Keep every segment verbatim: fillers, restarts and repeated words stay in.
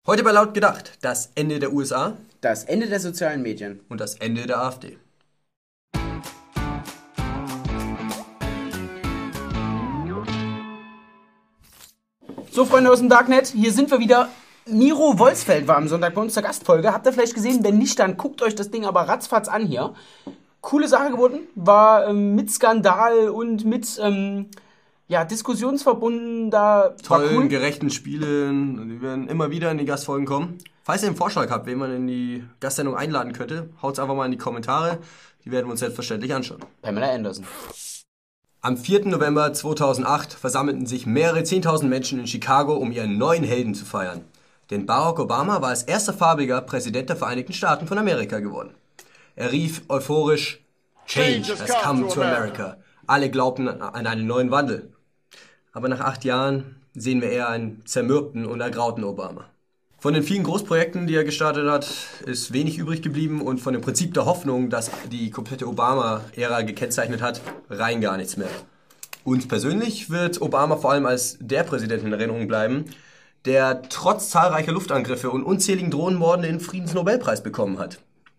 Heute bei Laut gedacht, das Ende der U S A Das Ende der sozialen Medien. und das Ende der AfD. So, Freunde aus dem Darknet, hier sind wir wieder. Miro Wolsfeld war am Sonntag bei uns zur Gastfolge. Habt ihr vielleicht gesehen? Wenn nicht, dann guckt euch das Ding aber ratzfatz an hier. Coole Sache geworden. War ähm, mit Skandal und mit ähm, ja, diskussionsverbunden. Da war Tollen, cool. gerechten Spielen. Die werden immer wieder in die Gastfolgen kommen. Falls ihr einen Vorschlag habt, wen man in die Gastsendung einladen könnte, haut's einfach mal in die Kommentare. Die werden wir uns selbstverständlich anschauen. Pamela Anderson. Am vierten November zweitausendacht versammelten sich mehrere zehntausend Menschen in Chicago, um ihren neuen Helden zu feiern. Denn Barack Obama war als erster farbiger Präsident der Vereinigten Staaten von Amerika geworden. Er rief euphorisch, "Change has come to America." Alle glaubten an einen neuen Wandel. Aber nach acht Jahren sehen wir eher einen zermürbten und ergrauten Obama. Von den vielen Großprojekten, die er gestartet hat, ist wenig übrig geblieben und von dem Prinzip der Hoffnung, das die komplette Obama-Ära gekennzeichnet hat, rein gar nichts mehr. Uns persönlich wird Obama vor allem als der Präsident in Erinnerung bleiben, der trotz zahlreicher Luftangriffe und unzähligen Drohnenmorden den Friedensnobelpreis bekommen hat.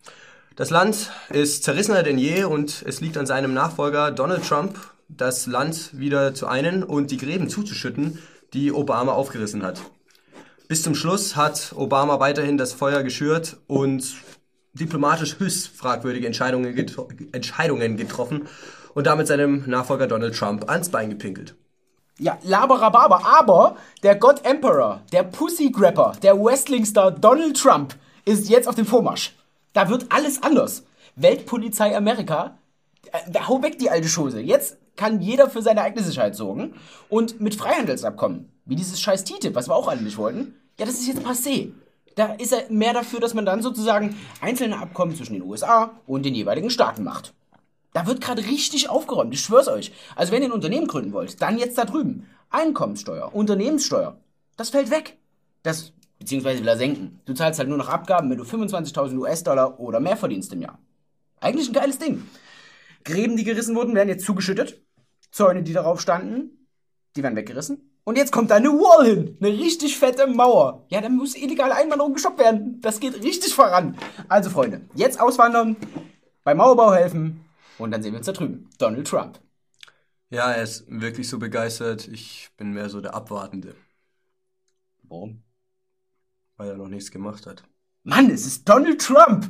Das Land ist zerrissener denn je und es liegt an seinem Nachfolger Donald Trump, das Land wieder zu einen und die Gräben zuzuschütten, die Obama aufgerissen hat. Bis zum Schluss hat Obama weiterhin das Feuer geschürt und diplomatisch höchst fragwürdige Entscheidungen, getro- Entscheidungen getroffen und damit seinem Nachfolger Donald Trump ans Bein gepinkelt. Ja, Laberababa, aber der God Emperor, der Pussy-Grapper, der Wrestling-Star Donald Trump ist jetzt auf dem Vormarsch. Da wird alles anders. Weltpolizei Amerika, äh, hau weg die alte Chose. Jetzt kann jeder für seine eigene Sicherheit sorgen. Und mit Freihandelsabkommen, wie dieses scheiß T T I P, was wir auch alle nicht wollten, ja, das ist jetzt passé. Da ist er mehr dafür, dass man dann sozusagen einzelne Abkommen zwischen den U S A und den jeweiligen Staaten macht. Da wird gerade richtig aufgeräumt, ich schwör's euch. Also wenn ihr ein Unternehmen gründen wollt, dann jetzt da drüben. Einkommenssteuer, Unternehmenssteuer, das fällt weg. Das, beziehungsweise will er senken. Du zahlst halt nur noch Abgaben, wenn du fünfundzwanzigtausend U S-Dollar oder mehr verdienst im Jahr. Eigentlich ein geiles Ding. Gräben, die gerissen wurden, werden jetzt zugeschüttet. Zäune, die darauf standen, die werden weggerissen. Und jetzt kommt da eine Wall hin. Eine richtig fette Mauer. Ja, dann muss illegale Einwanderung gestoppt werden. Das geht richtig voran. Also Freunde, jetzt auswandern, beim Mauerbau helfen. Und dann sehen wir uns da drüben. Donald Trump. Ja, er ist wirklich so begeistert. Ich bin mehr so der Abwartende, Warum? weil er noch nichts gemacht hat. Mann, es ist Donald Trump!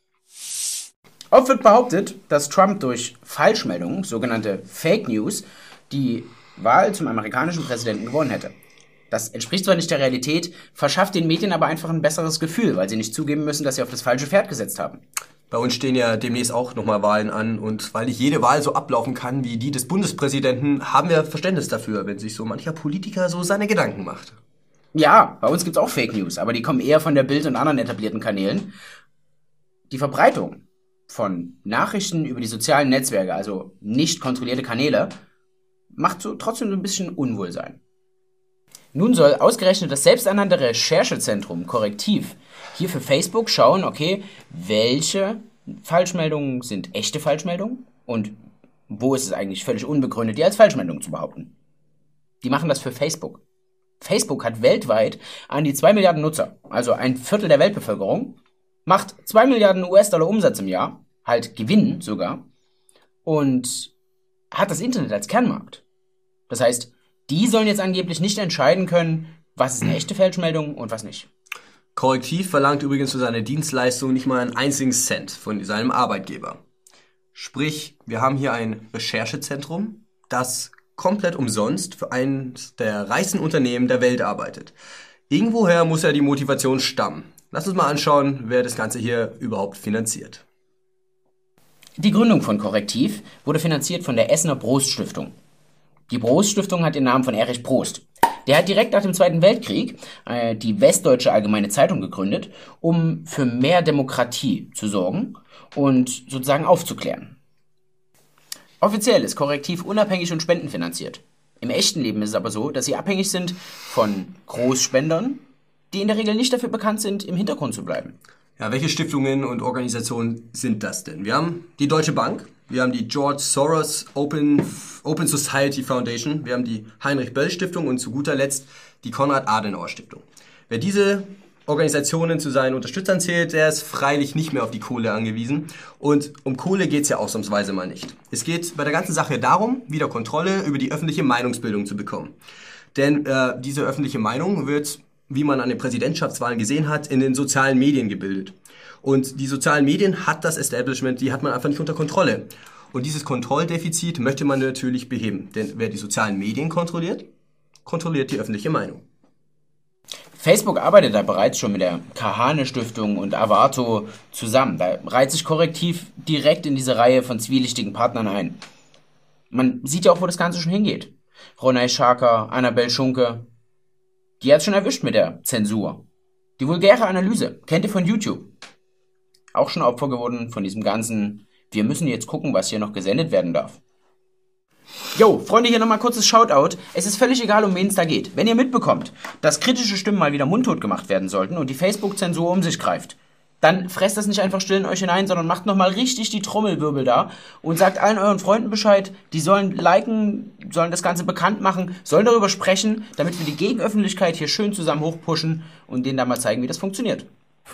Oft wird behauptet, dass Trump durch Falschmeldungen, sogenannte Fake News, die Wahl zum amerikanischen Präsidenten gewonnen hätte. Das entspricht zwar nicht der Realität, verschafft den Medien aber einfach ein besseres Gefühl, weil sie nicht zugeben müssen, dass sie auf das falsche Pferd gesetzt haben. Bei uns stehen ja demnächst auch nochmal Wahlen an und weil nicht jede Wahl so ablaufen kann wie die des Bundespräsidenten, haben wir Verständnis dafür, wenn sich so mancher Politiker so seine Gedanken macht. Ja, bei uns gibt's auch Fake News, aber die kommen eher von der Bild und anderen etablierten Kanälen. Die Verbreitung von Nachrichten über die sozialen Netzwerke, also nicht kontrollierte Kanäle, macht so trotzdem so ein bisschen Unwohlsein. Nun soll ausgerechnet das selbsternannte Recherchezentrum Korrektiv hier für Facebook schauen, okay, welche Falschmeldungen sind echte Falschmeldungen und wo ist es eigentlich völlig unbegründet, die als Falschmeldungen zu behaupten. Die machen das für Facebook. Facebook hat weltweit an die zwei Milliarden Nutzer, also ein Viertel der Weltbevölkerung, macht zwei Milliarden U S-Dollar Umsatz im Jahr, halt Gewinn sogar, und hat das Internet als Kernmarkt. Das heißt, die sollen jetzt angeblich nicht entscheiden können, was ist eine echte Falschmeldung und was nicht. Korrektiv verlangt übrigens für seine Dienstleistung nicht mal einen einzigen Cent von seinem Arbeitgeber. Sprich, wir haben hier ein Recherchezentrum, das komplett umsonst für eines der reichsten Unternehmen der Welt arbeitet. Irgendwoher muss ja die Motivation stammen. Lass uns mal anschauen, wer das Ganze hier überhaupt finanziert. Die Gründung von Korrektiv wurde finanziert von der Essener Prost Stiftung. Die Prost Stiftung hat den Namen von Erich Prost. Der hat direkt nach dem Zweiten Weltkrieg äh, die Westdeutsche Allgemeine Zeitung gegründet, um für mehr Demokratie zu sorgen und sozusagen aufzuklären. Offiziell ist Korrektiv unabhängig und spendenfinanziert. Im echten Leben ist es aber so, dass sie abhängig sind von Großspendern, die in der Regel nicht dafür bekannt sind, im Hintergrund zu bleiben. Ja, welche Stiftungen und Organisationen sind das denn? Wir haben die Deutsche Bank, wir haben die George Soros Open, Open Society Foundation, wir haben die Heinrich Böll Stiftung und zu guter Letzt die Konrad Adenauer Stiftung. Wer diese Organisationen zu seinen Unterstützern zählt, der ist freilich nicht mehr auf die Kohle angewiesen. Und um Kohle geht es ja ausnahmsweise mal nicht. Es geht bei der ganzen Sache darum, wieder Kontrolle über die öffentliche Meinungsbildung zu bekommen. Denn äh, diese öffentliche Meinung wird, wie man an den Präsidentschaftswahlen gesehen hat, in den sozialen Medien gebildet. Und die sozialen Medien hat das Establishment, die hat man einfach nicht unter Kontrolle. Und dieses Kontrolldefizit möchte man natürlich beheben. Denn wer die sozialen Medien kontrolliert, kontrolliert die öffentliche Meinung. Facebook arbeitet da bereits schon mit der Kahane-Stiftung und Avato zusammen. Da reiht sich Korrektiv direkt in diese Reihe von zwielichtigen Partnern ein. Man sieht ja auch, wo das Ganze schon hingeht. Ronay Scharker, Annabel Schunke, die hat's schon erwischt mit der Zensur. Die vulgäre Analyse, kennt ihr von YouTube. Auch schon Opfer geworden von diesem ganzen, wir müssen jetzt gucken, was hier noch gesendet werden darf. Jo, Freunde, hier nochmal kurzes Shoutout. Es ist völlig egal, um wen es da geht. Wenn ihr mitbekommt, dass kritische Stimmen mal wieder mundtot gemacht werden sollten und die Facebook-Zensur um sich greift, dann fresst das nicht einfach still in euch hinein, sondern macht nochmal richtig die Trommelwirbel da und sagt allen euren Freunden Bescheid. Die sollen liken, sollen das Ganze bekannt machen, sollen darüber sprechen, damit wir die Gegenöffentlichkeit hier schön zusammen hochpushen und denen da mal zeigen, wie das funktioniert.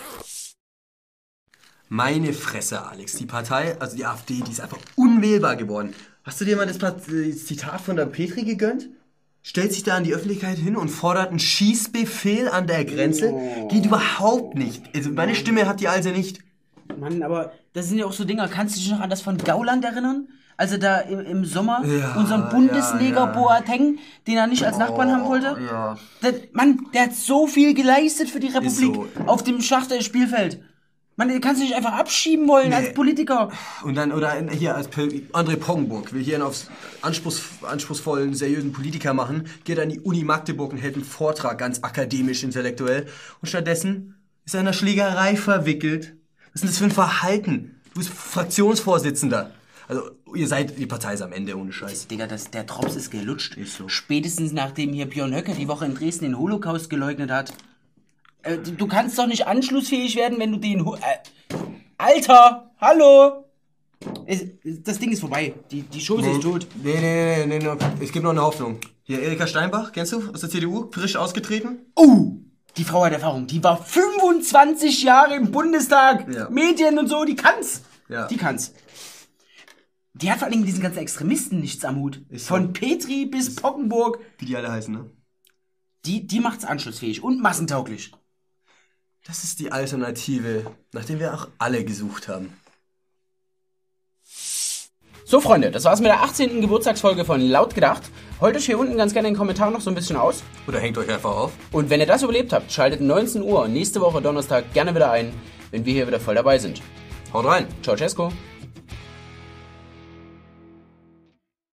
Meine Fresse, Alex. Die Partei, also die AfD, die ist einfach unwählbar geworden. Hast du dir mal das Zitat von der Petri gegönnt? Stellt sich da an die Öffentlichkeit hin und fordert einen Schießbefehl an der Grenze? Oh. Geht überhaupt nicht. Also meine Stimme hat die also nicht. Mann, aber das sind ja auch so Dinger. Kannst du dich noch an das von Gauland erinnern? Also da im, im Sommer ja, unseren Bundesneger ja, ja. Boateng, den er nicht als Nachbarn oh, haben wollte. Ja. Der, Mann, der hat so viel geleistet für die Republik so. Auf dem Schlachtspielfeld. Man, du kannst dich einfach abschieben wollen nee. als Politiker. Und dann, oder hier als André Poggenburg will hier einen auf anspruchs, anspruchsvollen, seriösen Politiker machen, geht an die Uni Magdeburg und hält einen Vortrag, ganz akademisch, intellektuell. Und stattdessen ist er in einer Schlägerei verwickelt. Was ist denn das für ein Verhalten? Du bist Fraktionsvorsitzender. Also, ihr seid, die Partei ist am Ende, ohne Scheiß. Digga, das, der Drops ist gelutscht. Ist so. Spätestens nachdem hier Björn Höcke die Woche in Dresden den Holocaust geleugnet hat. Du kannst doch nicht anschlussfähig werden, wenn du den... Hu- äh, Alter! Hallo! Es, das Ding ist vorbei. Die, die Chose nee, ist tot. Nee, nee, nee, nee, nee, es gibt noch eine Hoffnung. Hier, Erika Steinbach, kennst du? Aus der C D U, frisch ausgetreten. Oh! Die Frau hat Erfahrung. Die war fünfundzwanzig Jahre im Bundestag. Ja. Medien und so, die kann's. Ja. Die kann's. Die hat vor allem mit diesen ganzen Extremisten nichts am Hut. Ist so. Von Petri bis Poggenburg. Wie die alle heißen, ne? Die, die macht's anschlussfähig und massentauglich. Das ist die Alternative, nach der wir auch alle gesucht haben. So, Freunde, das war's mit der achtzehnten Geburtstagsfolge von Laut gedacht. Holt euch hier unten ganz gerne in den Kommentaren noch so ein bisschen aus. Oder hängt euch einfach auf. Und wenn ihr das überlebt habt, schaltet neunzehn Uhr nächste Woche Donnerstag gerne wieder ein, wenn wir hier wieder voll dabei sind. Haut rein. Ciao, Cesco.